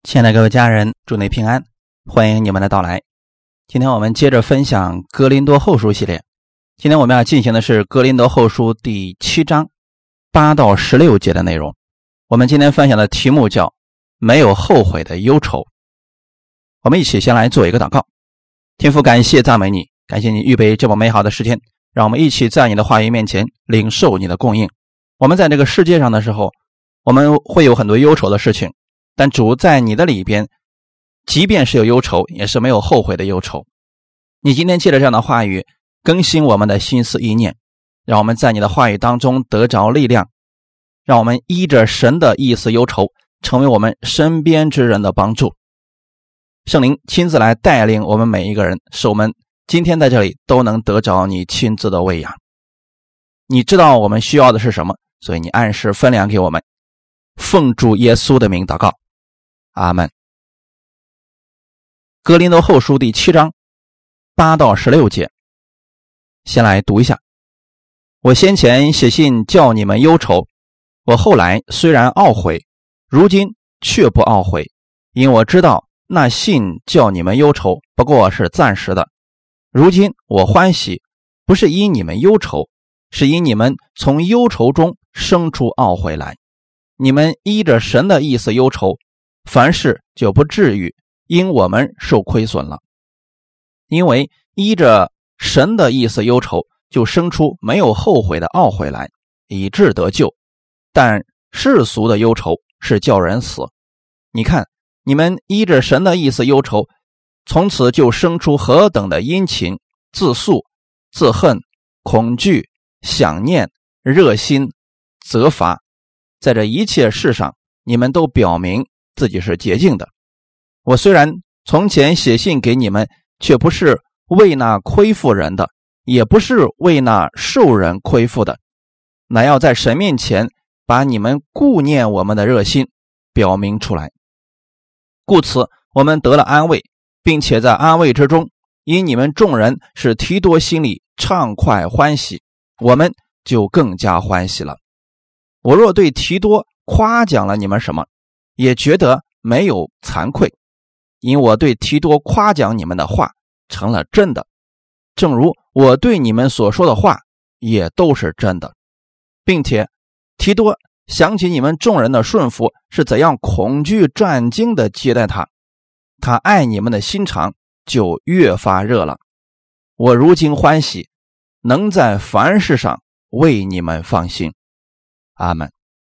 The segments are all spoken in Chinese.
亲爱的各位家人，祝你平安，欢迎你们的到来。今天我们接着分享哥林多后书系列，今天我们要进行的是哥林多后书第7章8到16节的内容。我们今天分享的题目叫没有后悔的忧愁。我们一起先来做一个祷告。天父，感谢赞美你，感谢你预备这么美好的时间，让我们一起在你的话语面前领受你的供应。我们在这个世界上的时候，我们会有很多忧愁的事情，但主在你的里边，即便是有忧愁，也是没有后悔的忧愁。你今天借着这样的话语更新我们的心思意念，让我们在你的话语当中得着力量，让我们依着神的意思忧愁，成为我们身边之人的帮助。圣灵亲自来带领我们每一个人，使我们今天在这里都能得着你亲自的喂养。你知道我们需要的是什么，所以你按时分粮给我们。奉主耶稣的名祷告，阿们。哥林多后书第7章8到16节，先来读一下。我先前写信叫你们忧愁，我后来虽然懊悔，如今却不懊悔，因我知道那信叫你们忧愁不过是暂时的。如今我欢喜，不是因你们忧愁，是因你们从忧愁中生出懊悔来。你们依着神的意思忧愁，凡事就不至于因我们受亏损了。因为依着神的意思忧愁，就生出没有后悔的懊悔来，以致得救。但世俗的忧愁是叫人死。你看，你们依着神的意思忧愁，从此就生出何等的殷勤、自诉、自恨、恐惧、想念、热心、责罚。在这一切事上，你们都表明自己是洁净的。我虽然从前写信给你们，却不是为那亏负人的，也不是为那受人亏负的，乃要在神面前把你们顾念我们的热心表明出来。故此我们得了安慰，并且在安慰之中，因你们众人使提多心里畅快欢喜，我们就更加欢喜了。我若对提多夸奖了你们什么，也觉得没有惭愧，因我对提多夸奖你们的话成了真的，正如我对你们所说的话也都是真的，并且提多想起你们众人的顺服是怎样恐惧战惊的接待他，他爱你们的心肠就越发热了。我如今欢喜，能在凡事上为你们放心。阿们。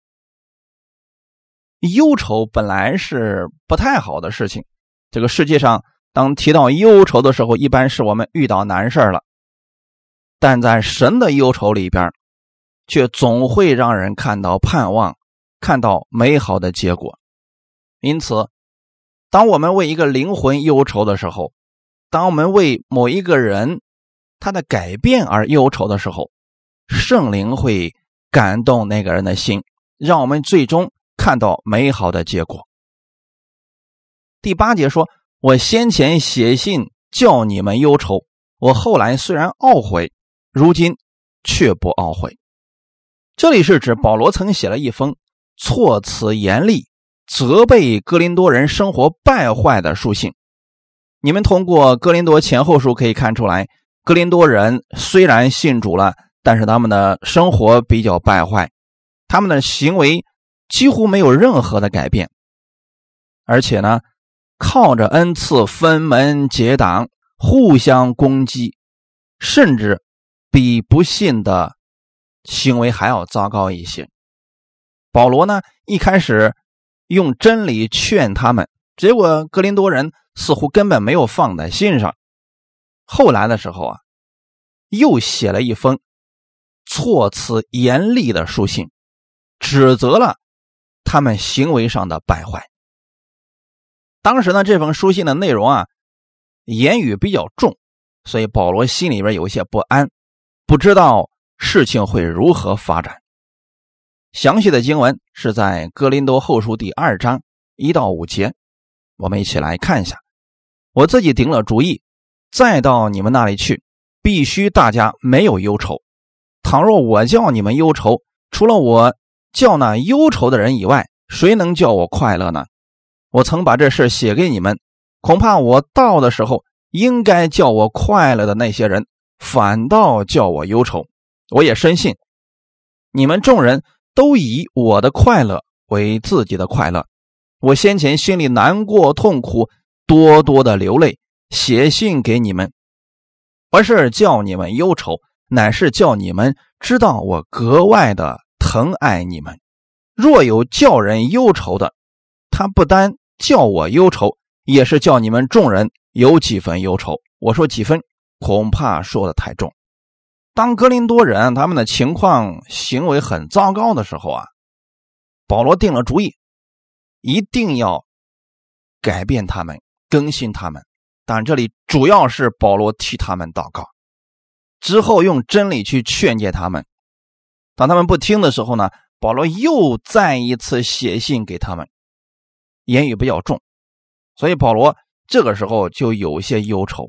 忧愁本来是不太好的事情，这个世界上当提到忧愁的时候，一般是我们遇到难事了，但在神的忧愁里边，却总会让人看到盼望，看到美好的结果。因此当我们为一个灵魂忧愁的时候，当我们为某一个人他的改变而忧愁的时候，圣灵会感动那个人的心，让我们最终看到美好的结果。第8节说，我先前写信叫你们忧愁，我后来虽然懊悔，如今却不懊悔。这里是指保罗曾写了一封措辞严厉、责备哥林多人生活败坏的书信。你们通过哥林多前后书可以看出来，哥林多人虽然信主了，但是他们的生活比较败坏，他们的行为几乎没有任何的改变，而且呢，靠着恩赐分门结党，互相攻击，甚至比不信的行为还要糟糕一些。保罗呢，一开始用真理劝他们，结果哥林多人似乎根本没有放在心上。后来的时候啊，又写了一封措辞严厉的书信，指责了他们行为上的败坏。当时呢，这封书信的内容啊，言语比较重，所以保罗心里边有些不安，不知道事情会如何发展。详细的经文是在哥林多后书第2章1到5节，我们一起来看一下。我自己定了主意，再到你们那里去，必须大家没有忧愁。倘若我叫你们忧愁，除了我叫那忧愁的人以外，谁能叫我快乐呢？ 我曾把这事写给你们，恐怕我到的时候，应该叫我快乐的那些人，反倒叫我忧愁。我也深信，你们众人都以我的快乐为自己的快乐。我先前心里难过痛苦，多多的流泪，写信给你们，不是叫你们忧愁，乃是叫你们知道我格外的疼爱你们。若有叫人忧愁的，他不单叫我忧愁，也是叫你们众人有几分忧愁。我说几分，恐怕说得太重。当哥林多人他们的情况行为很糟糕的时候啊，保罗定了主意，一定要改变他们，更新他们。但这里主要是保罗替他们祷告，之后用真理去劝诫他们。当他们不听的时候呢，保罗又再一次写信给他们，言语比较重，所以保罗这个时候就有些忧愁。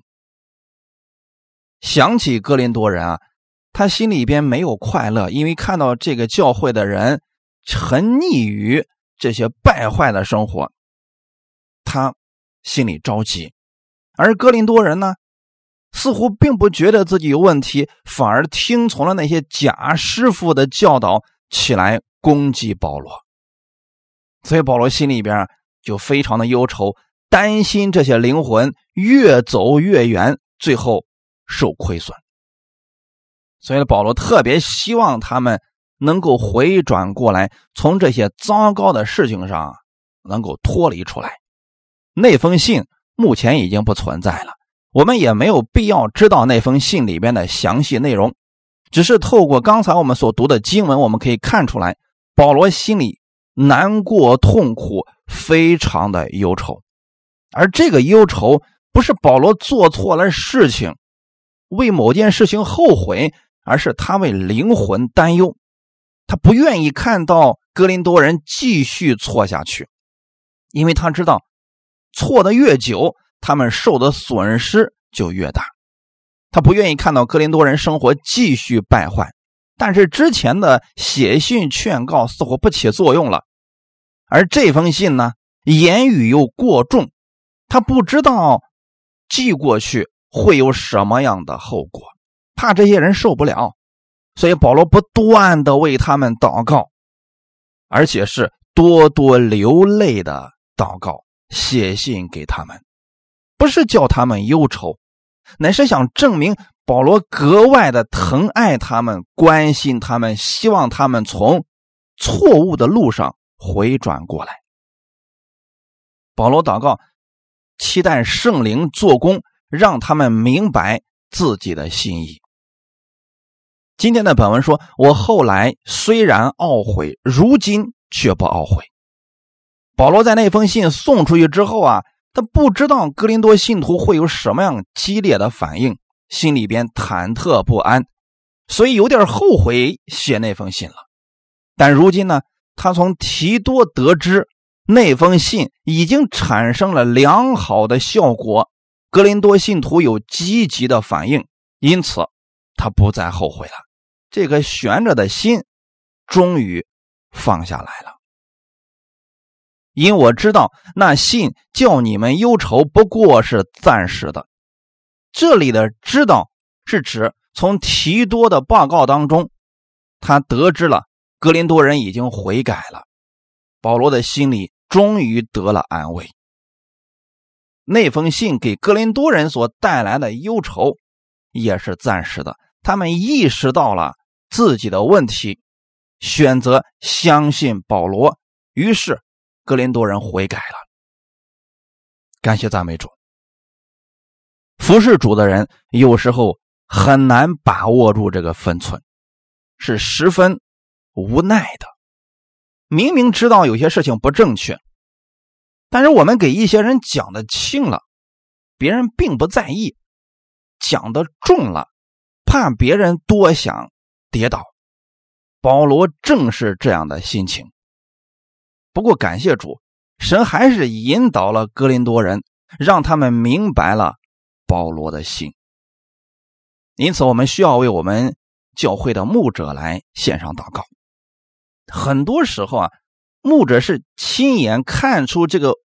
想起哥林多人啊，他心里边没有快乐，因为看到这个教会的人沉溺于这些败坏的生活，他心里着急。而哥林多人呢，似乎并不觉得自己有问题，反而听从了那些假师傅的教导，起来攻击保罗。所以保罗心里边就非常的忧愁，担心这些灵魂越走越远，最后受亏损。所以保罗特别希望他们能够回转过来，从这些糟糕的事情上能够脱离出来。那封信目前已经不存在了，我们也没有必要知道那封信里边的详细内容，只是透过刚才我们所读的经文，我们可以看出来保罗心里难过痛苦，非常的忧愁。而这个忧愁不是保罗做错了事情，为某件事情后悔，而是他为灵魂担忧。他不愿意看到哥林多人继续错下去，因为他知道错得越久，他们受的损失就越大。他不愿意看到哥林多人生活继续败坏，但是之前的写信劝告似乎不起作用了，而这封信呢，言语又过重，他不知道寄过去会有什么样的后果，怕这些人受不了，所以保罗不断的为他们祷告，而且是多多流泪的祷告，写信给他们，不是叫他们忧愁，乃是想证明保罗格外的疼爱他们，关心他们，希望他们从错误的路上回转过来。保罗祷告，期待圣灵做工，让他们明白自己的心意。今天的本文说，我后来虽然懊悔，如今却不懊悔。保罗在那封信送出去之后啊，他不知道哥林多信徒会有什么样激烈的反应，心里边忐忑不安，所以有点后悔写那封信了。但如今呢，他从提多得知那封信已经产生了良好的效果，哥林多信徒有积极的反应，因此他不再后悔了。这个悬着的心终于放下来了。因我知道那信叫你们忧愁不过是暂时的。这里的知道是指从提多的报告当中，他得知了哥林多人已经悔改了，保罗的心里终于得了安慰。那封信给哥林多人所带来的忧愁也是暂时的，他们意识到了自己的问题，选择相信保罗，于是哥林多人悔改了。感谢赞美主。服侍主的人有时候很难把握住这个分寸，是十分无奈的。明明知道有些事情不正确，但是我们给一些人讲的轻了，别人并不在意，讲的重了，怕别人多想跌倒。保罗正是这样的心情。不过感谢主，神还是引导了哥林多人，让他们明白了保罗的心。因此我们需要为我们教会的牧者来献上祷告。很多时候啊，牧者是亲眼看出这个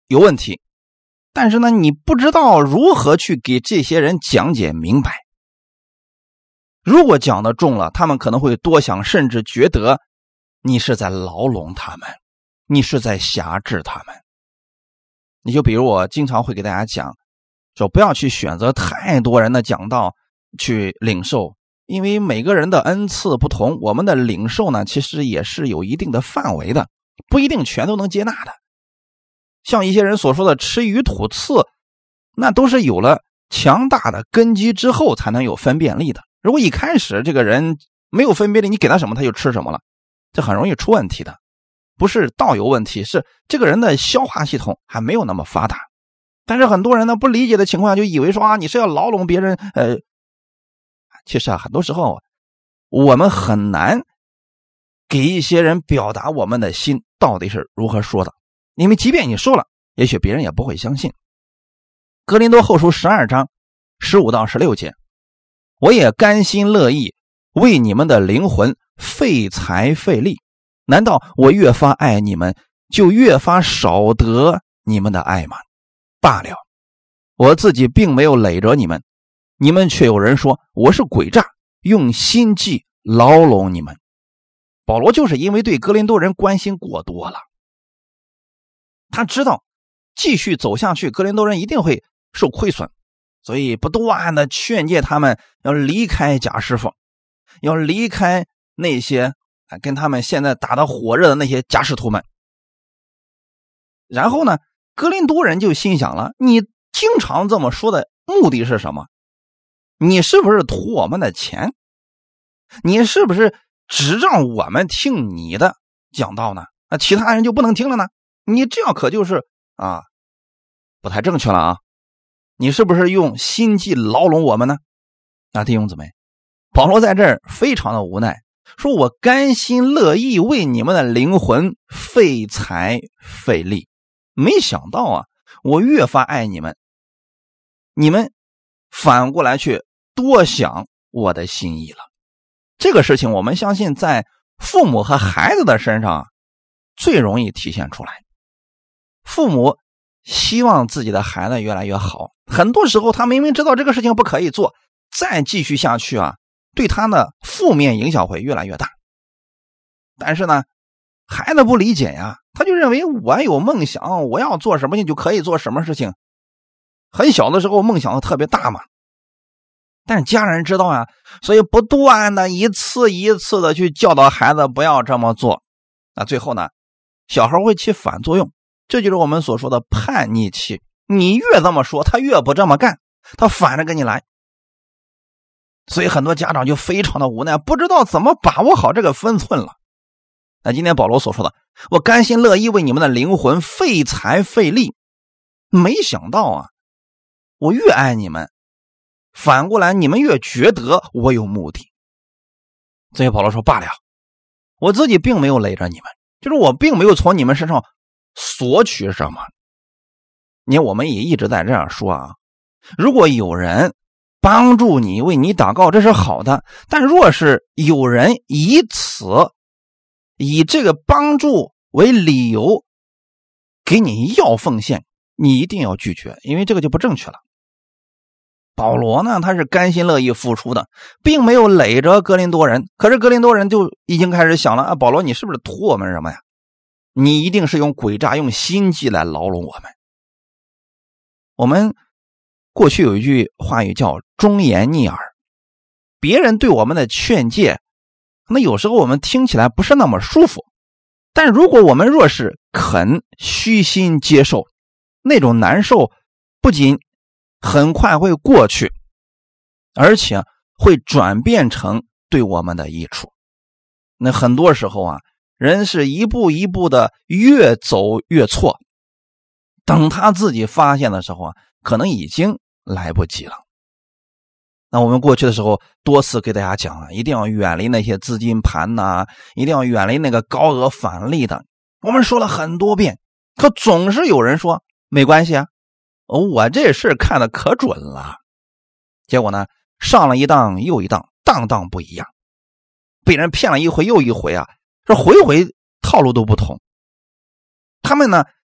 有问题，但是呢，你不知道如何去给这些人讲解明白。如果讲得重了，他们可能会多想，甚至觉得你是在牢笼他们，你是在辖制他们。你就比如我经常会给大家讲，说不要去选择太多人的讲道去领受，因为每个人的恩赐不同，我们的领受呢，其实也是有一定的范围的，不一定全都能接纳的。像一些人所说的吃鱼吐刺，那都是有了强大的根基之后才能有分辨力的。如果一开始这个人没有分辨力，你给他什么他就吃什么了，这很容易出问题的。不是道有问题，是这个人的消化系统还没有那么发达。但是很多人呢不理解的情况下，就以为说你是要牢笼别人。其实很多时候我们很难给一些人表达我们的心到底是如何说的，因为即便你说了，也许别人也不会相信。哥林多后书12章15到16节，我也甘心乐意为你们的灵魂费财费力，难道我越发爱你们，就越发少得你们的爱吗？罢了，我自己并没有累着你们，你们却有人说我是诡诈，用心计牢笼你们。保罗就是因为对哥林多人关心过多了，他知道继续走下去哥林多人一定会受亏损，所以不断的劝诫他们要离开假师傅，要离开那些跟他们现在打得火热的那些假使徒们。然后呢，哥林多人就心想了，你经常这么说的目的是什么？你是不是图我们的钱？你是不是只让我们听你的讲道呢？那其他人就不能听了呢？你这样可就是不太正确了啊！你是不是用心计牢笼我们呢？弟兄姊妹，保罗在这儿非常的无奈，说我甘心乐意为你们的灵魂费财费力，没想到我越发爱你们，你们反过来去多想我的心意了。这个事情我们相信在父母和孩子的身上最容易体现出来。父母希望自己的孩子越来越好，很多时候他明明知道这个事情不可以做，再继续下去对他的负面影响会越来越大。但是呢，孩子不理解呀，他就认为我有梦想，我要做什么事情就可以做什么事情。很小的时候梦想特别大嘛，但是家人知道所以不断的一次一次的去教导孩子不要这么做。那最后呢，小孩会起反作用，这就是我们所说的叛逆期。你越这么说，他越不这么干，他反着跟你来。所以很多家长就非常的无奈，不知道怎么把握好这个分寸了。那今天保罗所说的，我甘心乐意为你们的灵魂费财费力，没想到我越爱你们，反过来你们越觉得我有目的。所以保罗说罢了，我自己并没有累着你们，就是我并没有从你们身上索取什么。你看我们也一直在这样说如果有人帮助你为你祷告，这是好的，但若是有人以这个帮助为理由给你要奉献，你一定要拒绝，因为这个就不正确了。保罗呢，他是甘心乐意付出的，并没有累着哥林多人。可是哥林多人就已经开始想了保罗你是不是图我们什么呀？你一定是用诡诈用心计来牢笼我们。我们过去有一句话语叫忠言逆耳，别人对我们的劝诫，那有时候我们听起来不是那么舒服，但如果我们若是肯虚心接受，那种难受不仅很快会过去，而且会转变成对我们的益处。那很多时候人是一步一步的越走越错，等他自己发现的时候可能已经来不及了。那我们过去的时候多次给大家讲一定要远离那些资金盘一定要远离那个高额返利的。我们说了很多遍，可总是有人说没关系我这事看得可准了。结果呢，上了一当又一当，当当不一样，被人骗了一回又一回这回回套路都不同。他们呢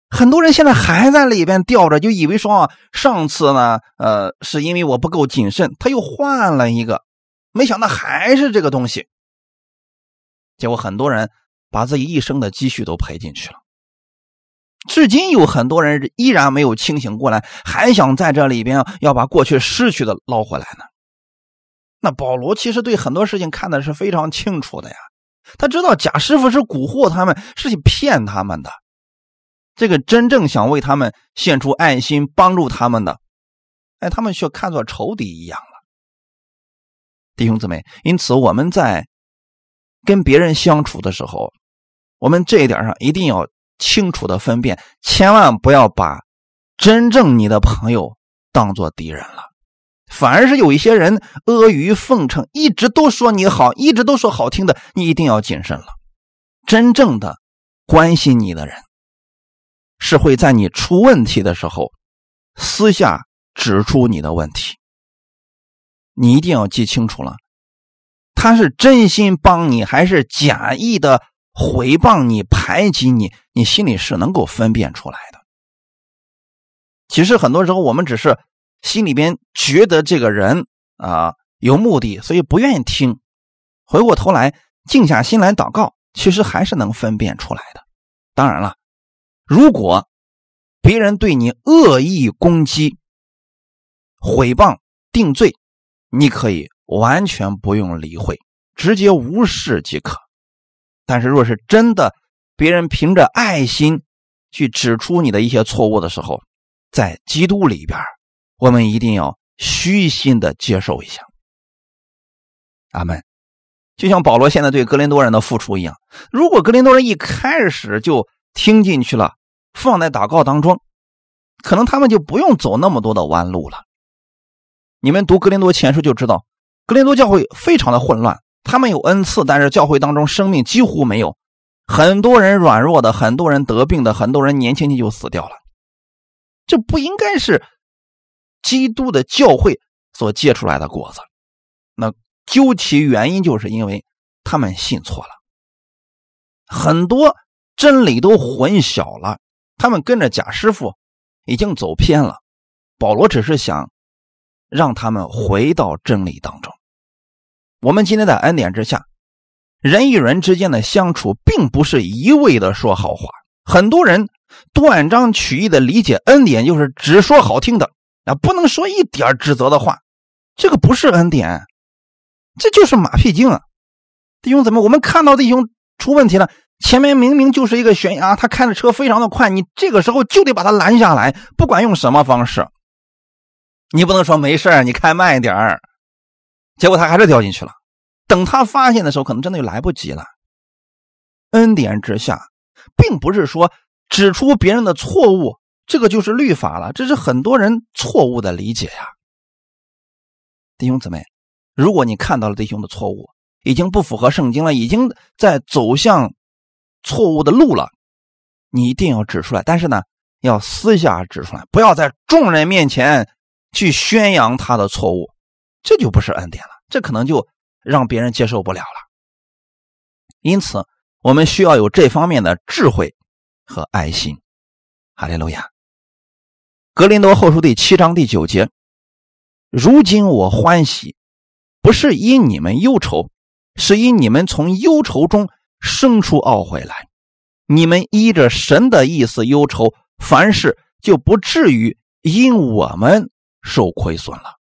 很多人现在还在里边吊着，就以为说上次呢是因为我不够谨慎，他又换了一个，没想到还是这个东西。结果很多人把自己一生的积蓄都赔进去了，至今有很多人依然没有清醒过来，还想在这里边要把过去失去的捞回来呢。那保罗其实对很多事情看的是非常清楚的呀，他知道假师傅是蛊惑他们，是去骗他们的，这个真正想为他们献出爱心帮助他们的，他们却看作仇敌一样了。弟兄姊妹，因此我们在跟别人相处的时候，我们这一点上一定要清楚的分辨，千万不要把真正你的朋友当作敌人了。反而是有一些人阿谀奉承，一直都说你好，一直都说好听的，你一定要谨慎了。真正的关心你的人，是会在你出问题的时候私下指出你的问题。你一定要记清楚了，他是真心帮你还是假意的毁谤你排挤你，你心里是能够分辨出来的。其实很多时候我们只是心里边觉得这个人有目的，所以不愿意听，回过头来静下心来祷告，其实还是能分辨出来的。当然了，如果别人对你恶意攻击、毁谤、定罪，你可以完全不用理会，直接无视即可。但是若是真的别人凭着爱心去指出你的一些错误的时候，在基督里边我们一定要虚心的接受一下。阿们。就像保罗现在对哥林多人的付出一样，如果哥林多人一开始就听进去了，放在祷告当中，可能他们就不用走那么多的弯路了。你们读哥林多前书就知道，哥林多教会非常的混乱，他们有恩赐，但是教会当中生命几乎没有，很多人软弱的，很多人得病的，很多人年轻就死掉了。这不应该是基督的教会所结出来的果子。那究其原因，就是因为他们信错了，很多真理都混淆了，他们跟着假师傅已经走偏了。保罗只是想让他们回到真理当中。我们今天在恩典之下，人与人之间的相处并不是一味的说好话，很多人断章取义的理解恩典就是只说好听的，不能说一点指责的话，这个不是恩典，这就是马屁精啊。弟兄姊妹，我们看到弟兄出问题了，前面明明就是一个悬崖，他开的车非常的快，你这个时候就得把他拦下来，不管用什么方式。你不能说没事你开慢一点，结果他还是掉进去了，等他发现的时候可能真的就来不及了。恩典之下并不是说指出别人的错误这个就是律法了，这是很多人错误的理解呀。弟兄姊妹，如果你看到了弟兄的错误，已经不符合圣经了，已经在走向错误的路了，你一定要指出来，但是呢要私下指出来，不要在众人面前去宣扬他的错误，这就不是恩典了，这可能就让别人接受不了了。因此我们需要有这方面的智慧和爱心。哈利路亚。哥林多后书第7章第9节，如今我欢喜，不是因你们忧愁，是因你们从忧愁中生出懊悔来，你们依着神的意思忧愁，凡事就不至于因我们受亏损了。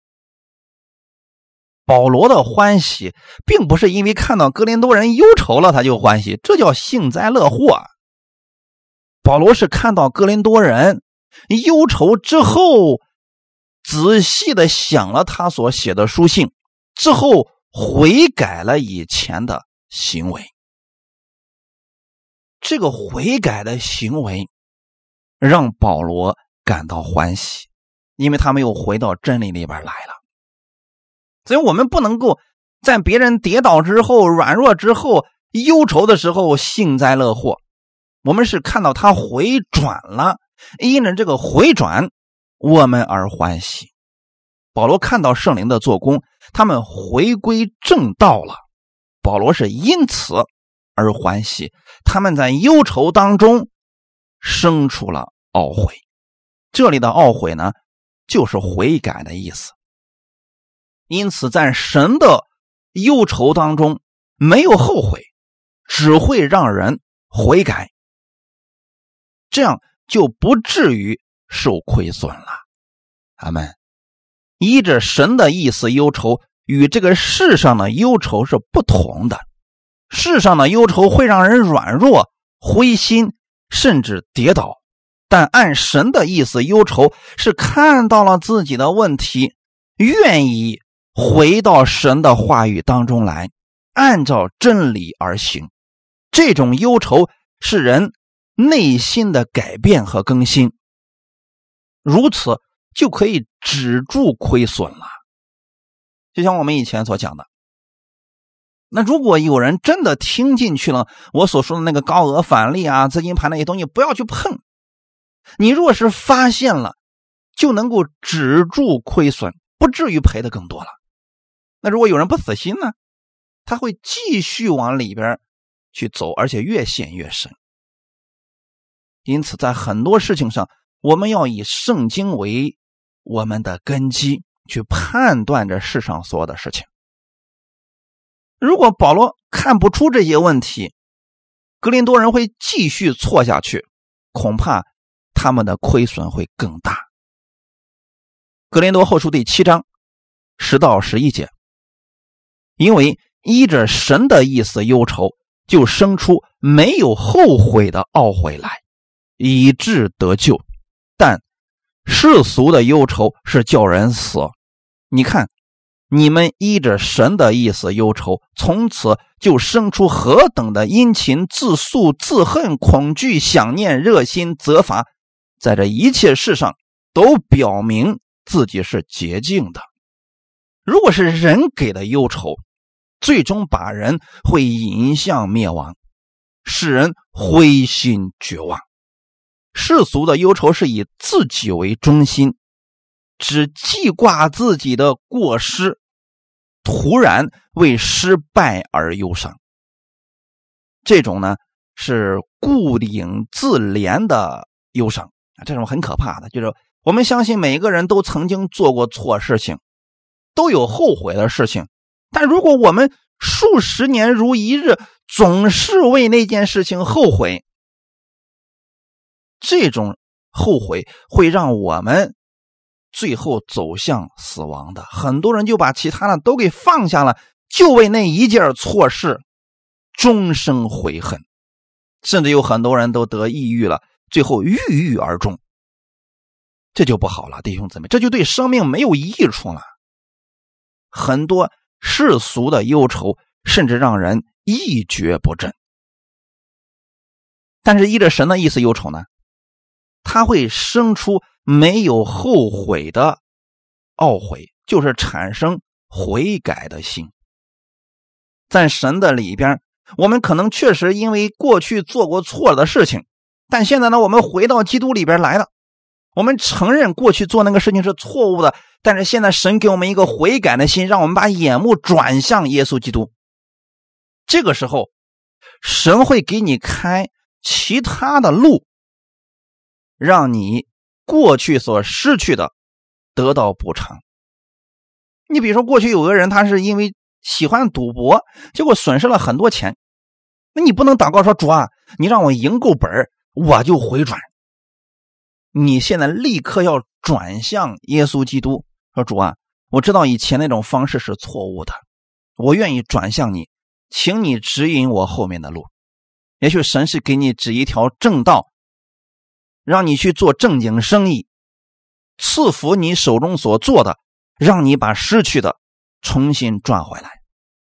保罗的欢喜并不是因为看到哥林多人忧愁了他就欢喜，这叫幸灾乐祸。保罗是看到哥林多人忧愁之后，仔细的想了他所写的书信之后，悔改了以前的行为。这个悔改的行为让保罗感到欢喜，因为他们又回到真理里边来了。所以我们不能够在别人跌倒之后、软弱之后、忧愁的时候幸灾乐祸，我们是看到他回转了，因着这个回转我们而欢喜。保罗看到圣灵的做工，他们回归正道了，保罗是因此而欢喜。他们在忧愁当中生出了懊悔。这里的懊悔呢，就是悔改的意思。因此在神的忧愁当中没有后悔，只会让人悔改，这样就不至于受亏损了。阿们。依着神的意思忧愁与这个世上的忧愁是不同的。世上的忧愁会让人软弱、灰心，甚至跌倒，但按神的意思忧愁是看到了自己的问题，愿意回到神的话语当中来，按照真理而行。这种忧愁是人内心的改变和更新，如此就可以止住亏损了。就像我们以前所讲的，那如果有人真的听进去了我所说的那个高额返利啊、资金盘那些东西，不要去碰。你若是发现了，就能够止住亏损，不至于赔的更多了。那如果有人不死心呢，他会继续往里边去走，而且越陷越深。因此在很多事情上，我们要以圣经为我们的根基，去判断这世上所有的事情。如果保罗看不出这些问题，哥林多人会继续错下去，恐怕他们的亏损会更大。哥林多后书第7章10到11节，因为依着神的意思忧愁，就生出没有后悔的懊悔来，以致得救。但世俗的忧愁是叫人死。你看，你们依着神的意思忧愁，从此就生出何等的殷勤、自诉、自恨、恐惧、想念、热心、责罚，在这一切事上都表明自己是洁净的。如果是人给的忧愁，最终把人会引向灭亡，使人灰心绝望。世俗的忧愁是以自己为中心，只记挂自己的过失，突然为失败而忧伤。这种呢是顾影自怜的忧伤，这种很可怕的，就是我们相信每个人都曾经做过错事情，都有后悔的事情，但如果我们数十年如一日总是为那件事情后悔，这种后悔会让我们最后走向死亡的。很多人就把其他的都给放下了，就为那一件错事终生悔恨，甚至有很多人都得抑郁了，最后郁郁而终。这就不好了，弟兄姊妹，这就对生命没有益处了。很多世俗的忧愁甚至让人一蹶不振。但是依着神的意思忧愁呢，它会生出没有后悔的懊悔，就是产生悔改的心。在神的里边，我们可能确实因为过去做过错的事情，但现在呢，我们回到基督里边来了，我们承认过去做那个事情是错误的，但是现在神给我们一个悔改的心，让我们把眼目转向耶稣基督。这个时候神会给你开其他的路，让你过去所失去的得到补偿。你比如说过去有个人，他是因为喜欢赌博，结果损失了很多钱，那你不能祷告说，主啊，你让我赢够本我就回转。你现在立刻要转向耶稣基督，说主啊，我知道以前那种方式是错误的，我愿意转向你，请你指引我后面的路。也许神是给你指一条正道，让你去做正经生意，赐福你手中所做的，让你把失去的重新赚回来。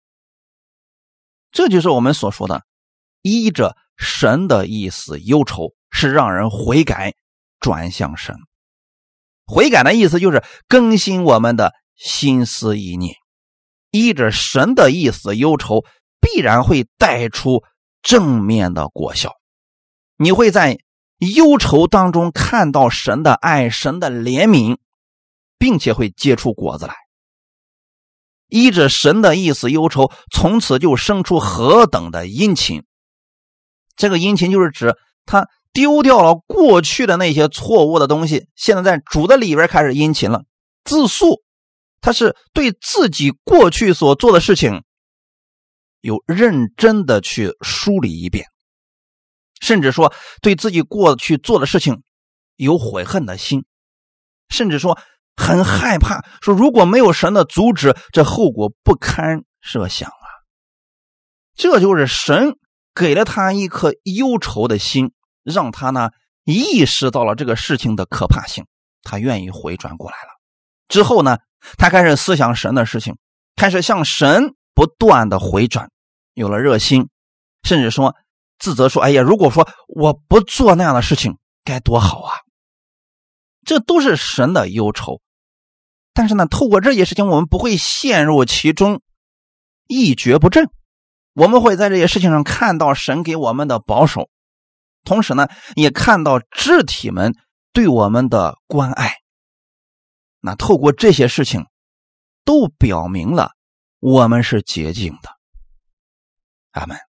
这就是我们所说的依着神的意思忧愁，是让人悔改转向神。悔改的意思就是更新我们的心思意念，依着神的意思忧愁，必然会带出正面的果效。你会在忧愁当中看到神的爱、神的怜悯，并且会结出果子来。依着神的意思忧愁，从此就生出何等的殷勤。这个殷勤就是指他丢掉了过去的那些错误的东西，现在在主的里边开始殷勤了。自诉，他是对自己过去所做的事情有认真的去梳理一遍，甚至说对自己过去做的事情有悔恨的心，甚至说很害怕，说如果没有神的阻止，这后果不堪设想啊。这就是神给了他一颗忧愁的心，让他呢意识到了这个事情的可怕性，他愿意回转过来了。之后呢，他开始思想神的事情，开始向神不断的回转，有了热心，甚至说自责说，哎呀，如果说我不做那样的事情该多好啊。这都是神的忧愁。但是呢，透过这些事情我们不会陷入其中一蹶不振，我们会在这些事情上看到神给我们的保守，同时呢也看到肢体们对我们的关爱。那透过这些事情都表明了我们是洁净的。阿们。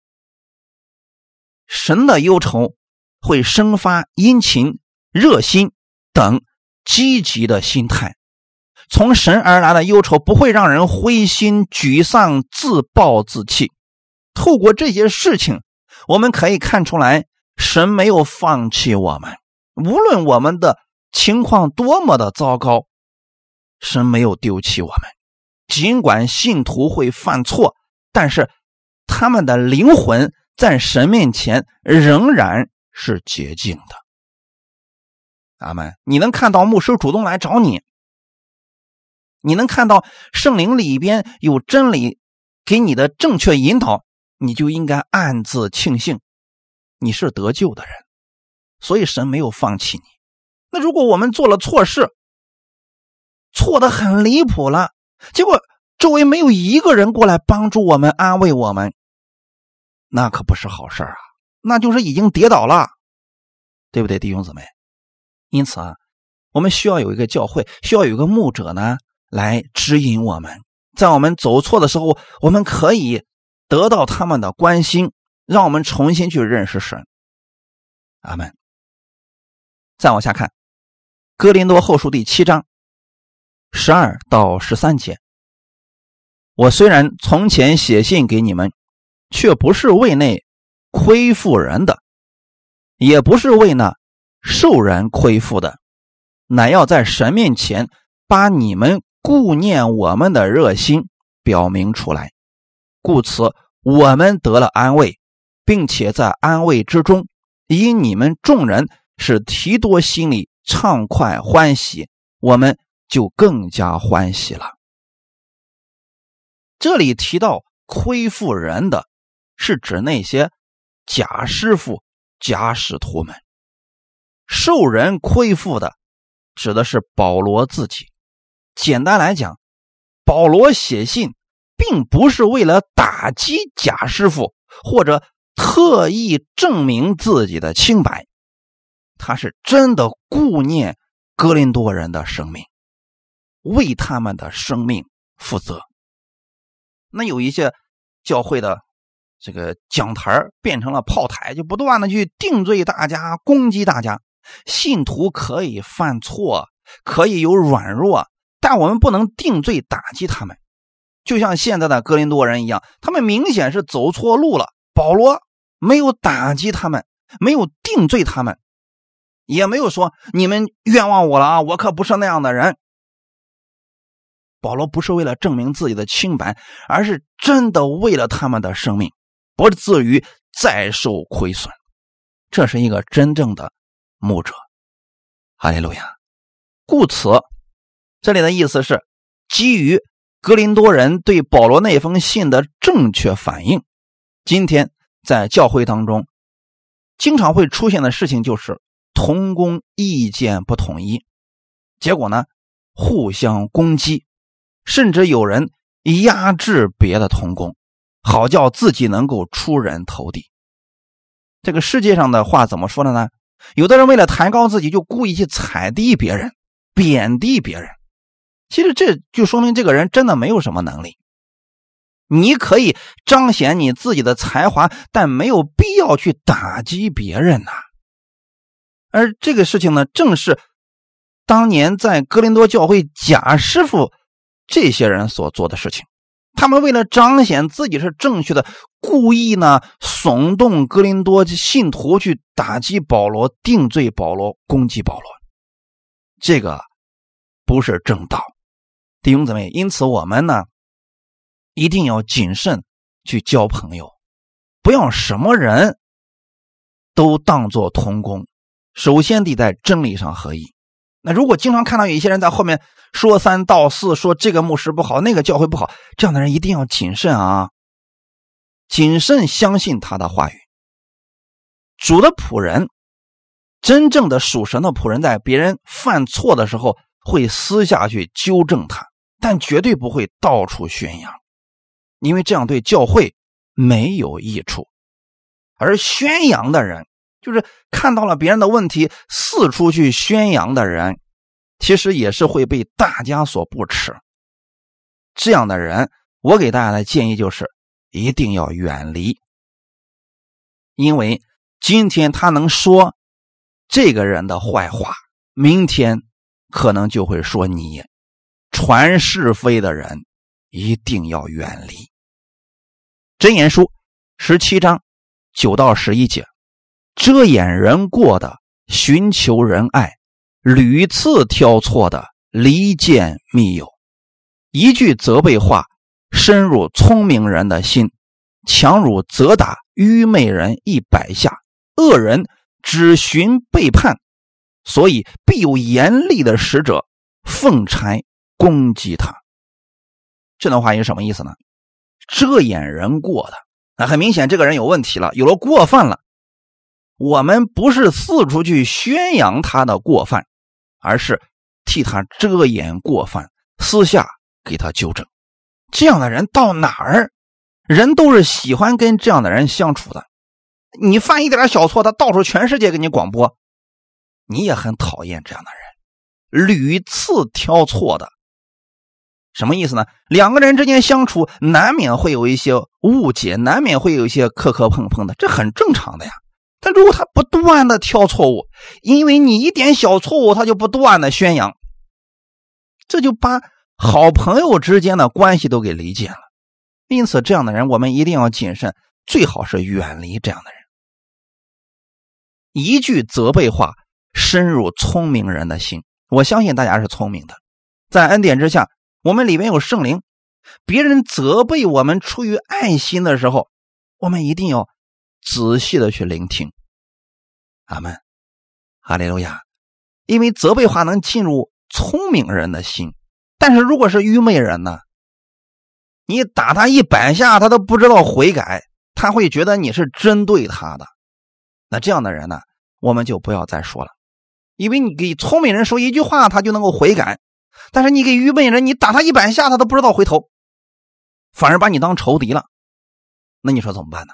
神的忧愁会生发殷勤、热心等积极的心态，从神而来的忧愁不会让人灰心沮丧、自暴自弃。透过这些事情，我们可以看出来神没有放弃我们，无论我们的情况多么的糟糕，神没有丢弃我们。尽管信徒会犯错，但是他们的灵魂在神面前仍然是洁净的。阿们。你能看到牧师主动来找你，你能看到圣灵里边有真理给你的正确引导，你就应该暗自庆幸你是得救的人，所以神没有放弃你。那如果我们做了错事，错得很离谱了，结果周围没有一个人过来帮助我们、安慰我们，那可不是好事啊，那就是已经跌倒了，对不对，弟兄姊妹？因此啊，我们需要有一个教会，需要有一个牧者呢来指引我们，在我们走错的时候，我们可以得到他们的关心，让我们重新去认识神。阿们。再往下看哥林多后书第7章12到13节，我虽然从前写信给你们，却不是为那亏负人的，也不是为那受人亏负的，乃要在神面前把你们顾念我们的热心表明出来。故此我们得了安慰，并且在安慰之中，因你们众人使提多心里畅快欢喜，我们就更加欢喜了。这里提到亏负人的，是指那些假师傅、假使徒们。受人亏负的指的是保罗自己。简单来讲，保罗写信并不是为了打击假师傅，或者特意证明自己的清白，他是真的顾念哥林多人的生命，为他们的生命负责。那有一些教会的这个讲台变成了炮台，就不断的去定罪大家、攻击大家。信徒可以犯错，可以有软弱，但我们不能定罪打击他们。就像现在的哥林多人一样，他们明显是走错路了，保罗没有打击他们，没有定罪他们，也没有说你们冤枉我了啊，我可不是那样的人。保罗不是为了证明自己的清白，而是真的为了他们的生命，不至于再受亏损。这是一个真正的牧者。哈利路亚。故此，这里的意思是基于哥林多人对保罗那封信的正确反应，今天在教会当中经常会出现的事情就是同工意见不统一，结果呢互相攻击，甚至有人压制别的同工，好叫自己能够出人头地。这个世界上的话怎么说的呢？有的人为了抬高自己，就故意去踩低别人，贬低别人。其实这就说明这个人真的没有什么能力。你可以彰显你自己的才华，但没有必要去打击别人呐。 而这个事情呢，正是当年在哥林多教会假师傅这些人所做的事情。他们为了彰显自己是正确的，故意呢耸动哥林多信徒去打击保罗、定罪保罗、攻击保罗，这个不是正道，弟兄姊妹。因此我们呢一定要谨慎去交朋友，不要什么人都当作同工，首先得在真理上合一。那如果经常看到有一些人在后面说三道四，说这个牧师不好，那个教会不好，这样的人一定要谨慎啊，谨慎相信他的话语。主的仆人，真正的属神的仆人，在别人犯错的时候会私下去纠正他，但绝对不会到处宣扬，因为这样对教会没有益处。而宣扬的人，就是看到了别人的问题四处去宣扬的人，其实也是会被大家所不齿。这样的人，我给大家的建议就是一定要远离，因为今天他能说这个人的坏话，明天可能就会说你。传是非的人一定要远离。箴言书17章9到11节，遮掩人过的寻求仁爱，屡次挑错的离间密友。一句责备话深入聪明人的心，强如责打愚昧人100下。恶人只寻背叛，所以必有严厉的使者奉差攻击他。这段话是什么意思呢？遮掩人过的，那很明显这个人有问题了，有了过犯了。我们不是四处去宣扬他的过犯，而是替他遮掩过犯，私下给他纠正。这样的人到哪儿，人都是喜欢跟这样的人相处的。你犯一点小错，他到处全世界给你广播，你也很讨厌这样的人。屡次挑错的，什么意思呢？两个人之间相处难免会有一些误解，难免会有一些磕磕碰碰的，这很正常的呀。但如果他不断的挑错误，因为你一点小错误他就不断的宣扬，这就把好朋友之间的关系都给离间了。因此这样的人我们一定要谨慎，最好是远离这样的人。一句责备话深入聪明人的心，我相信大家是聪明的，在恩典之下我们里面有圣灵，别人责备我们出于爱心的时候，我们一定要仔细的去聆听。阿们，哈利路亚。因为责备话能进入聪明人的心，但是如果是愚昧人呢，你打他100下他都不知道悔改，他会觉得你是针对他的。那这样的人呢，我们就不要再说了。因为你给聪明人说一句话他就能够悔改，但是你给愚昧人，你打他100下他都不知道回头，反而把你当仇敌了。那你说怎么办呢？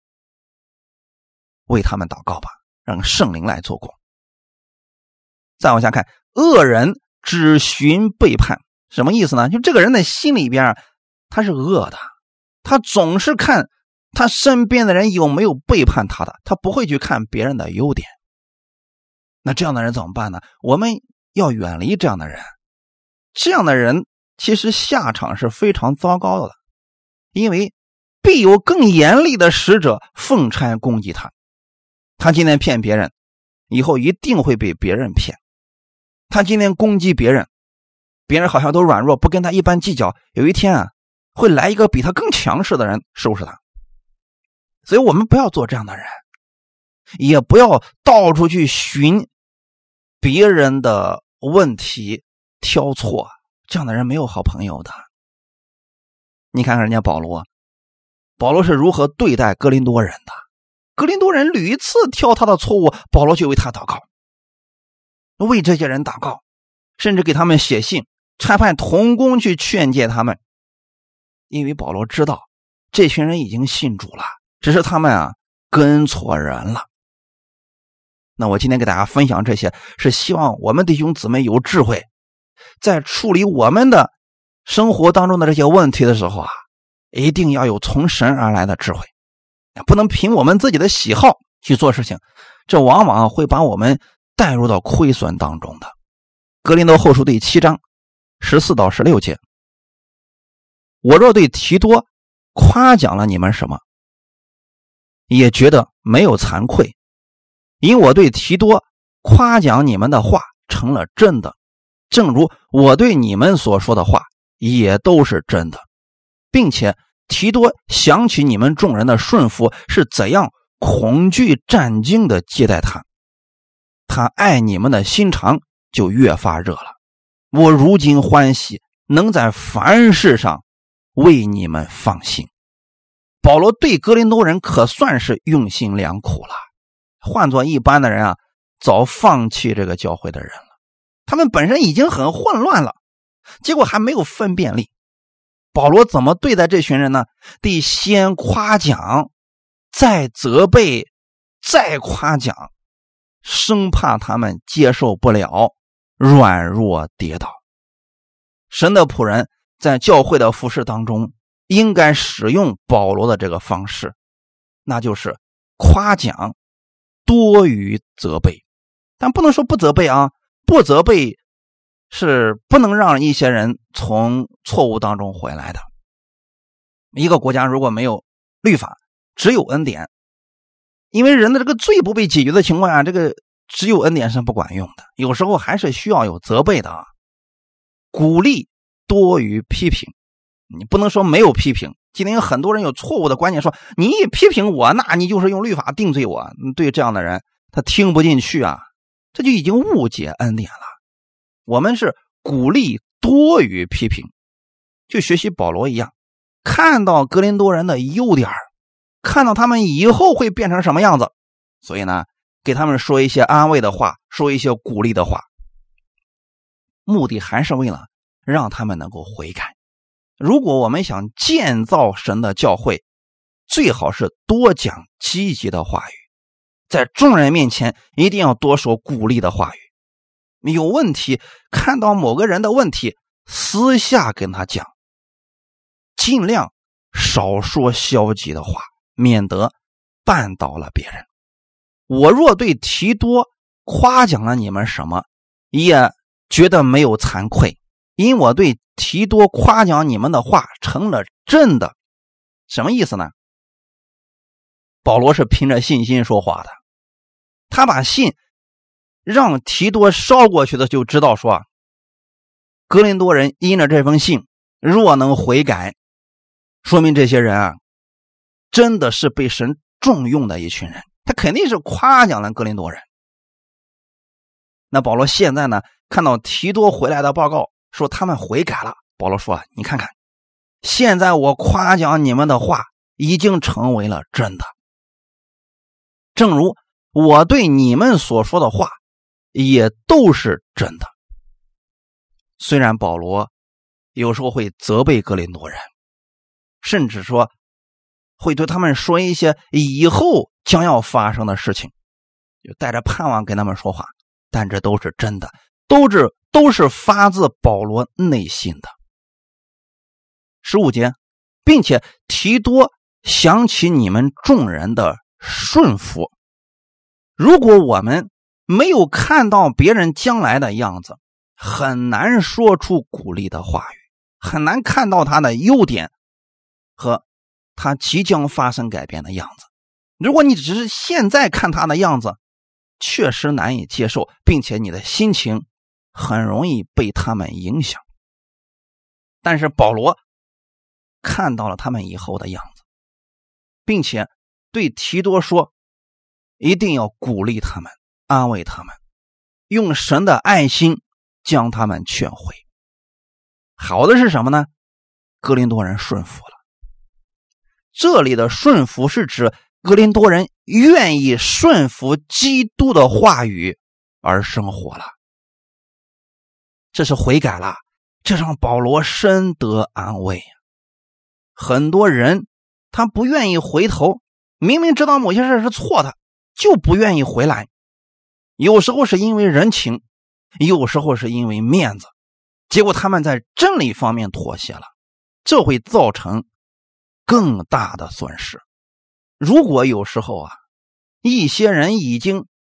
为他们祷告吧，让圣灵来做工。再往下看，恶人只寻背叛，什么意思呢？就这个人的心里边他是恶的，他总是看他身边的人有没有背叛他的，他不会去看别人的优点。那这样的人怎么办呢？我们要远离这样的人。这样的人其实下场是非常糟糕的，因为必有更严厉的使者奉差攻击他。他今天骗别人，以后一定会被别人骗。他今天攻击别人，别人好像都软弱，不跟他一般计较，有一天会来一个比他更强势的人收拾他。所以我们不要做这样的人，也不要到处去寻别人的问题挑错，这样的人没有好朋友的。你看看人家保罗是如何对待哥林多人的，哥林多人屡次挑他的错误，保罗就为他祷告，为这些人祷告，甚至给他们写信，差派同工去劝诫他们。因为保罗知道这群人已经信主了，只是他们跟错人了。那我今天给大家分享这些，是希望我们弟兄姊妹有智慧，在处理我们的生活当中的这些问题的时候一定要有从神而来的智慧，不能凭我们自己的喜好去做事情，这往往会把我们带入到亏损当中的。哥林多后书第7章14到16节，我若对提多夸奖了你们什么，也觉得没有惭愧，因我对提多夸奖你们的话成了真的，正如我对你们所说的话也都是真的，并且提多想起你们众人的顺服是怎样恐惧战兢的接待他，他爱你们的心肠就越发热了。我如今欢喜，能在凡事上为你们放心。保罗对哥林多人可算是用心良苦了，换作一般的人啊，早放弃这个教会的人了。他们本身已经很混乱了，结果还没有分辨力。保罗怎么对待这群人呢？得先夸奖，再责备，再夸奖，生怕他们接受不了，软弱跌倒。神的仆人在教会的服事当中应该使用保罗的这个方式，那就是夸奖多于责备。但不能说不责备啊，不责备是不能让一些人从错误当中回来的。一个国家如果没有律法，只有恩典，因为人的这个罪不被解决的情况下，这个只有恩典是不管用的，有时候还是需要有责备的啊。鼓励多于批评，你不能说没有批评。今天有很多人有错误的观念，说你一批评我，那你就是用律法定罪我。对这样的人，他听不进去啊，这就已经误解恩典了。我们是鼓励多于批评，就学习保罗一样，看到哥林多人的优点，看到他们以后会变成什么样子，所以呢，给他们说一些安慰的话，说一些鼓励的话，目的还是为了让他们能够悔改。如果我们想建造神的教会，最好是多讲积极的话语，在众人面前一定要多说鼓励的话语。有问题，看到某个人的问题，私下跟他讲，尽量少说消极的话，免得绊倒了别人。我若对提多夸奖了你们什么，也觉得没有惭愧，因我对提多夸奖你们的话成了真的。什么意思呢？保罗是凭着信心说话的，他把信让提多捎过去的，就知道说哥林多人因着这封信若能悔改，说明这些人啊真的是被神重用的一群人，他肯定是夸奖了哥林多人。那保罗现在呢，看到提多回来的报告说他们悔改了，保罗说你看看，现在我夸奖你们的话已经成为了真的，正如我对你们所说的话也都是真的。虽然保罗有时候会责备哥林多人，甚至说会对他们说一些以后将要发生的事情，就带着盼望跟他们说话，但这都是真的，都是发自保罗内心的。15节，并且提多想起你们众人的顺服。如果我们没有看到别人将来的样子，很难说出鼓励的话语，很难看到他的优点和他即将发生改变的样子。如果你只是现在看他的样子，确实难以接受，并且你的心情很容易被他们影响。但是保罗看到了他们以后的样子，并且对提多说，一定要鼓励他们，安慰他们，用神的爱心将他们劝回。好的是什么呢？哥林多人顺服了。这里的顺服是指哥林多人愿意顺服基督的话语而生活了，这是悔改了，这让保罗深得安慰。很多人他不愿意回头，明明知道某些事是错的，就不愿意回来，有时候是因为人情，有时候是因为面子，结果他们在真理方面妥协了，这会造成更大的损失。如果有时候一些人已经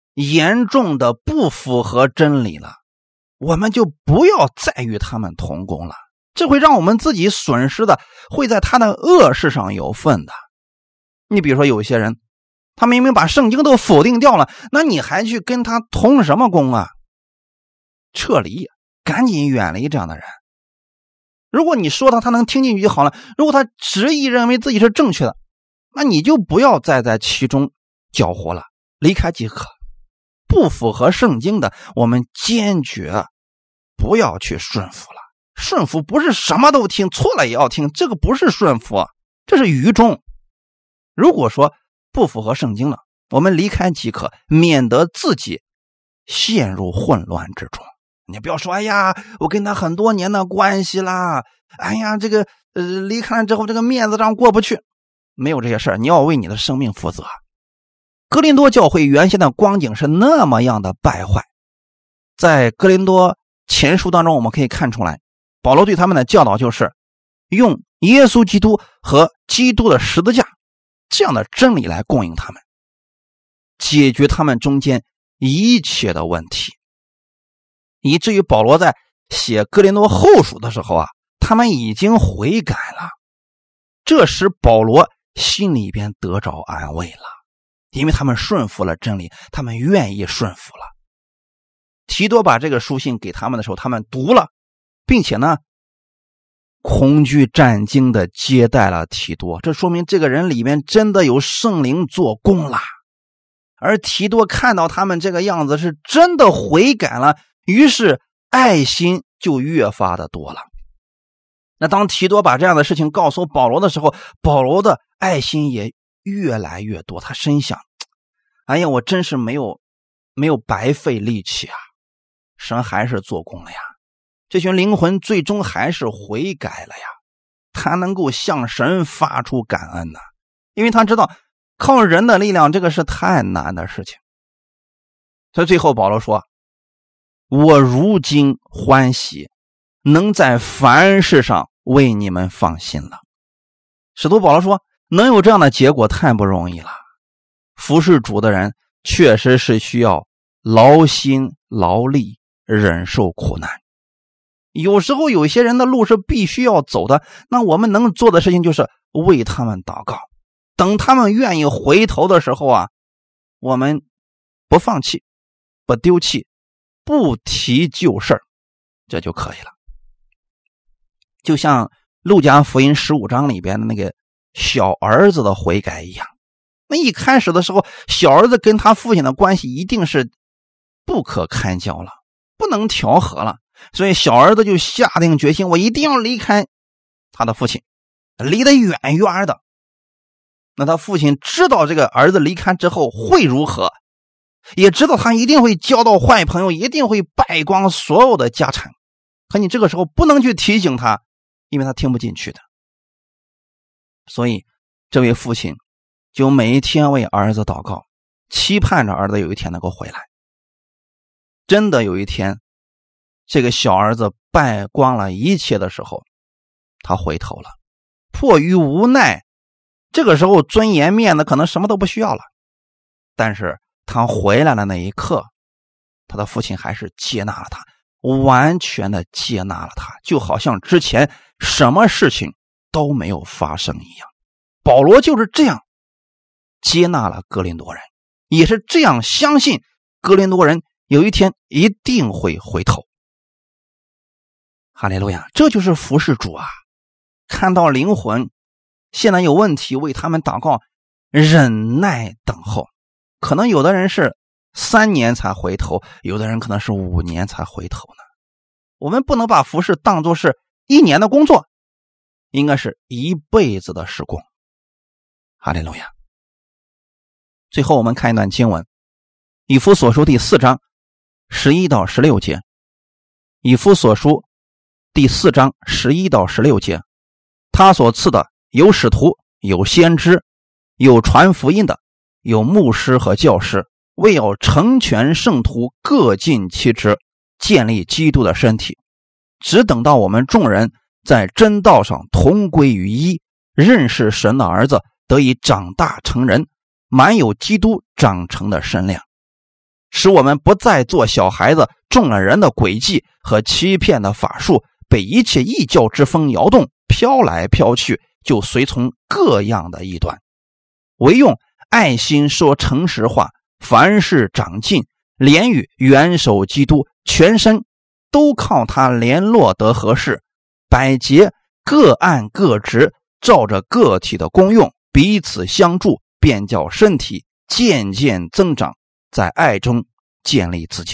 严重的不符合真理了，我们就不要再与他们同工了，这会让我们自己损失的，会在他的恶事上有份的。你比如说有些人，他明明把圣经都否定掉了，那你还去跟他同什么工啊？撤离，赶紧远离这样的人。如果你说他能听进去就好了，如果他执意认为自己是正确的，那你就不要再在其中搅和了，离开即可。不符合圣经的，我们坚决不要去顺服了。顺服不是什么都听，错了也要听，这个不是顺服，这是愚忠。如果说不符合圣经了，我们离开即可，免得自己陷入混乱之中。你不要说哎呀我跟他很多年的关系啦，哎呀这个离开了之后这个面子上过不去，没有这些事儿，你要为你的生命负责。哥林多教会原先的光景是那么样的败坏，在哥林多前书当中我们可以看出来，保罗对他们的教导就是用耶稣基督和基督的十字架这样的真理来供应他们，解决他们中间一切的问题。以至于保罗在写哥林多后书的时候他们已经悔改了，这时保罗心里边得着安慰了，因为他们顺服了真理，他们愿意顺服了。提多把这个书信给他们的时候，他们读了，并且呢恐惧战惊的接待了提多，这说明这个人里面真的有圣灵做工了。而提多看到他们这个样子是真的悔改了，于是爱心就越发的多了。那当提多把这样的事情告诉保罗的时候，保罗的爱心也越来越多，他深想，哎呀我真是没有白费力气啊，神还是做工了呀，这群灵魂最终还是悔改了呀，他能够向神发出感恩呢，因为他知道靠人的力量这个是太难的事情。所以最后保罗说，我如今欢喜能在凡事上为你们放心了。使徒保罗说，能有这样的结果太不容易了，服侍主的人确实是需要劳心劳力，忍受苦难。有时候有些人的路是必须要走的，那我们能做的事情就是为他们祷告，等他们愿意回头的时候我们不放弃，不丢弃，不提旧事儿，这就可以了。就像路加福音15章里边的那个小儿子的悔改一样，那一开始的时候，小儿子跟他父亲的关系一定是不可开交了，不能调和了，所以小儿子就下定决心，我一定要离开他的父亲，离得远远的。那他父亲知道这个儿子离开之后会如何，也知道他一定会交到坏朋友，一定会败光所有的家产，可你这个时候不能去提醒他，因为他听不进去的。所以这位父亲就每一天为儿子祷告，期盼着儿子有一天能够回来。真的有一天，这个小儿子败光了一切的时候，他回头了，迫于无奈，这个时候尊严面子可能什么都不需要了，但是他回来了那一刻，他的父亲还是接纳了他，完全的接纳了他，就好像之前什么事情都没有发生一样。保罗就是这样接纳了哥林多人，也是这样相信哥林多人有一天一定会回头。哈利路亚，这就是服侍主啊！看到灵魂现在有问题，为他们祷告，忍耐等候。可能有的人是3年才回头，有的人可能是5年才回头呢。我们不能把服侍当作是1年的工作，应该是一辈子的事工。哈利路亚。最后我们看一段经文，以弗所书第4章11到16节。以弗所书第4章11到16节，他所赐的有使徒，有先知，有传福音的，有牧师和教师，为要成全圣徒，各尽其职，建立基督的身体，只等到我们众人在真道上同归于一，认识神的儿子，得以长大成人，满有基督长成的身量。 使我们不再做小孩子，中了人的诡计和欺骗的法术，被一切异教之风摇动，飘来飘去，就随从各样的异端。唯用爱心说诚实话，凡事长进，连与元首基督，全身都靠他联络得合适，百节各按各职，照着个体的功用彼此相助，便叫身体渐渐增长，在爱中建立自己。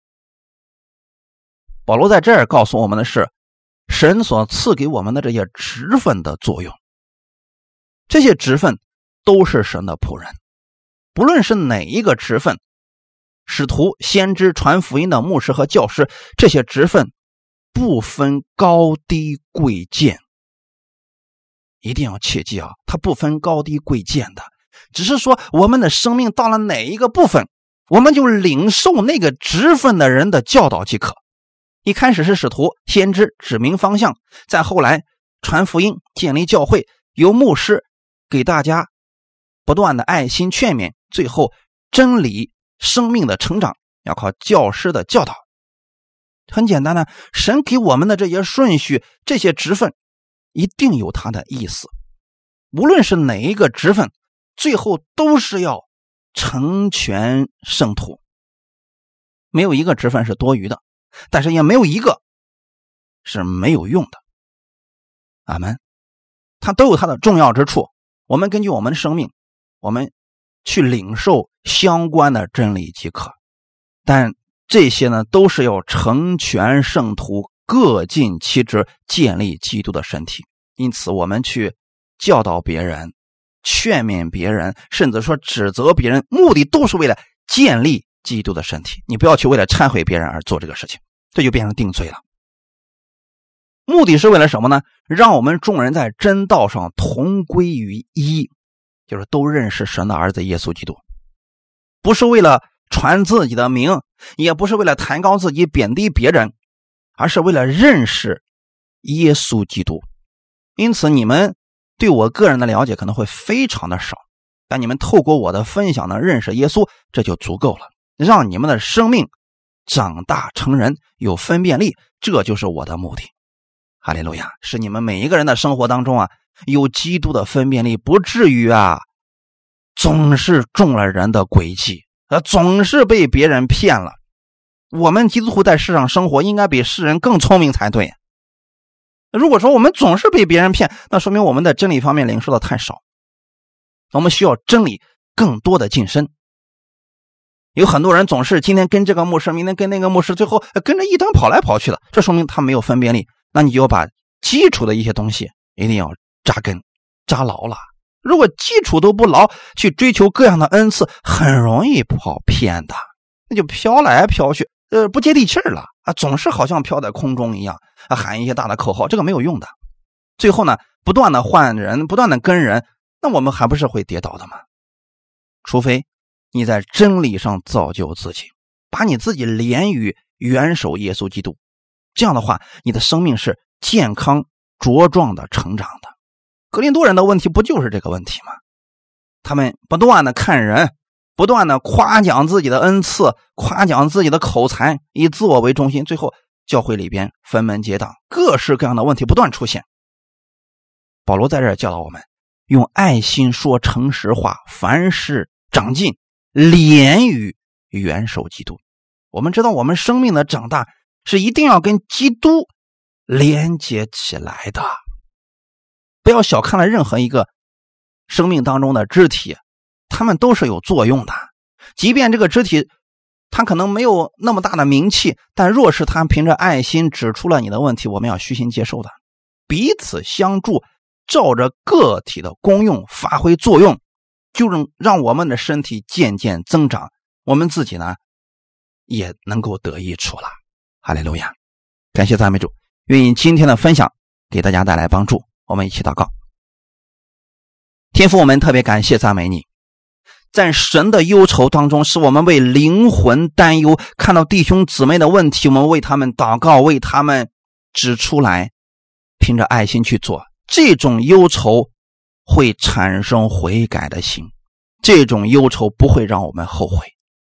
保罗在这儿告诉我们的是，神所赐给我们的这些职分的作用。这些职分都是神的仆人，不论是哪一个职分，使徒、先知、传福音的牧师和教师，这些职分不分高低贵贱。一定要切记啊，它不分高低贵贱的，只是说我们的生命到了哪一个部分，我们就领受那个职分的人的教导即可。一开始是使徒、先知指明方向，再后来传福音、建立教会，由牧师给大家不断的爱心劝勉，最后真理生命的成长要靠教师的教导。很简单的，神给我们的这些顺序，这些职分一定有他的意思。无论是哪一个职分，最后都是要成全圣徒。没有一个职分是多余的，但是也没有一个是没有用的。阿们。它都有它的重要之处，我们根据我们的生命，我们去领受相关的真理即可。但这些呢，都是要成全圣徒，各尽其职，建立基督的身体。因此我们去教导别人、劝勉别人，甚至说指责别人，目的都是为了建立基督的身体。你不要去为了忏悔别人而做这个事情，这就变成定罪了。目的是为了什么呢？让我们众人在真道上同归于一，就是都认识神的儿子耶稣基督。不是为了传自己的名，也不是为了抬高自己贬低别人，而是为了认识耶稣基督。因此你们对我个人的了解可能会非常的少，但你们透过我的分享呢，认识耶稣，这就足够了，让你们的生命长大成人，有分辨力，这就是我的目的。哈利路亚，是你们每一个人的生活当中啊，有基督的分辨力，不至于啊总是中了人的诡计，总是被别人骗了。我们基督徒在世上生活，应该比世人更聪明才对。如果说我们总是被别人骗，那说明我们在真理方面领受的太少，我们需要真理更多的晋升。有很多人总是今天跟这个牧师，明天跟那个牧师，最后跟着异端跑来跑去的，这说明他没有分辨力。那你就要把基础的一些东西一定要扎根扎牢了。如果基础都不牢，去追求各样的恩赐，很容易跑偏的，那就飘来飘去，不接地气了啊，总是好像飘在空中一样啊，喊一些大的口号，这个没有用的。最后呢，不断的换人，不断的跟人，那我们还不是会跌倒的吗？除非你在真理上造就自己，把你自己连于元首耶稣基督，这样的话你的生命是健康茁壮的成长的。格林多人的问题不就是这个问题吗？他们不断的看人，不断的夸奖自己的恩赐，夸奖自己的口才，以自我为中心，最后教会里边分门结党，各式各样的问题不断出现。保罗在这儿教导我们，用爱心说诚实话，凡事长进，连于元首基督。我们知道我们生命的长大是一定要跟基督连接起来的。不要小看了任何一个生命当中的肢体，他们都是有作用的。即便这个肢体他可能没有那么大的名气，但若是他凭着爱心指出了你的问题，我们要虚心接受的，彼此相助，照着个体的功用发挥作用，就能让我们的身体渐渐增长，我们自己呢也能够得益处了。哈利路亚，感谢赞美主，愿意今天的分享给大家带来帮助。我们一起祷告。天父，我们特别感谢赞美你，在神的忧愁当中，是我们为灵魂担忧，看到弟兄姊妹的问题，我们为他们祷告，为他们指出来，凭着爱心去做。这种忧愁会产生悔改的心，这种忧愁不会让我们后悔，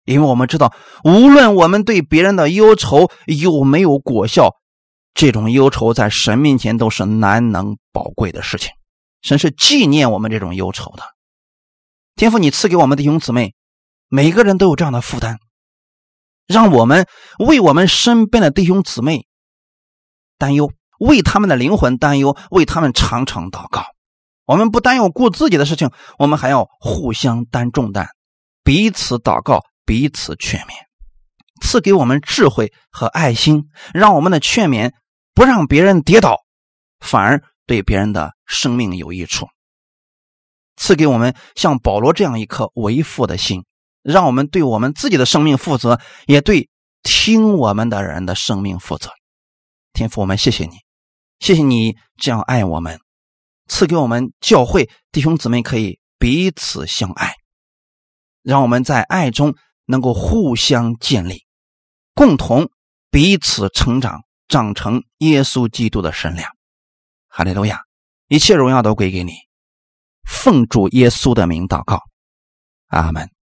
因为我们知道，无论我们对别人的忧愁有没有果效，这种忧愁在神面前都是难能宝贵的事情。神是纪念我们这种忧愁的。天父，你赐给我们的弟兄姊妹，每个人都有这样的负担，让我们为我们身边的弟兄姊妹担忧，为他们的灵魂担忧，为他们常常祷告。我们不单要顾自己的事情，我们还要互相担重担，彼此祷告，彼此劝勉。赐给我们智慧和爱心，让我们的劝勉不让别人跌倒，反而对别人的生命有益处。赐给我们像保罗这样一颗为父的心，让我们对我们自己的生命负责，也对听我们的人的生命负责。天父，我们谢谢你，谢谢你这样爱我们，赐给我们教会弟兄姊妹可以彼此相爱，让我们在爱中能够互相建立，共同彼此成长，长成耶稣基督的身量。哈利路亚，一切荣耀都归给你，奉主耶稣的名祷告，阿们。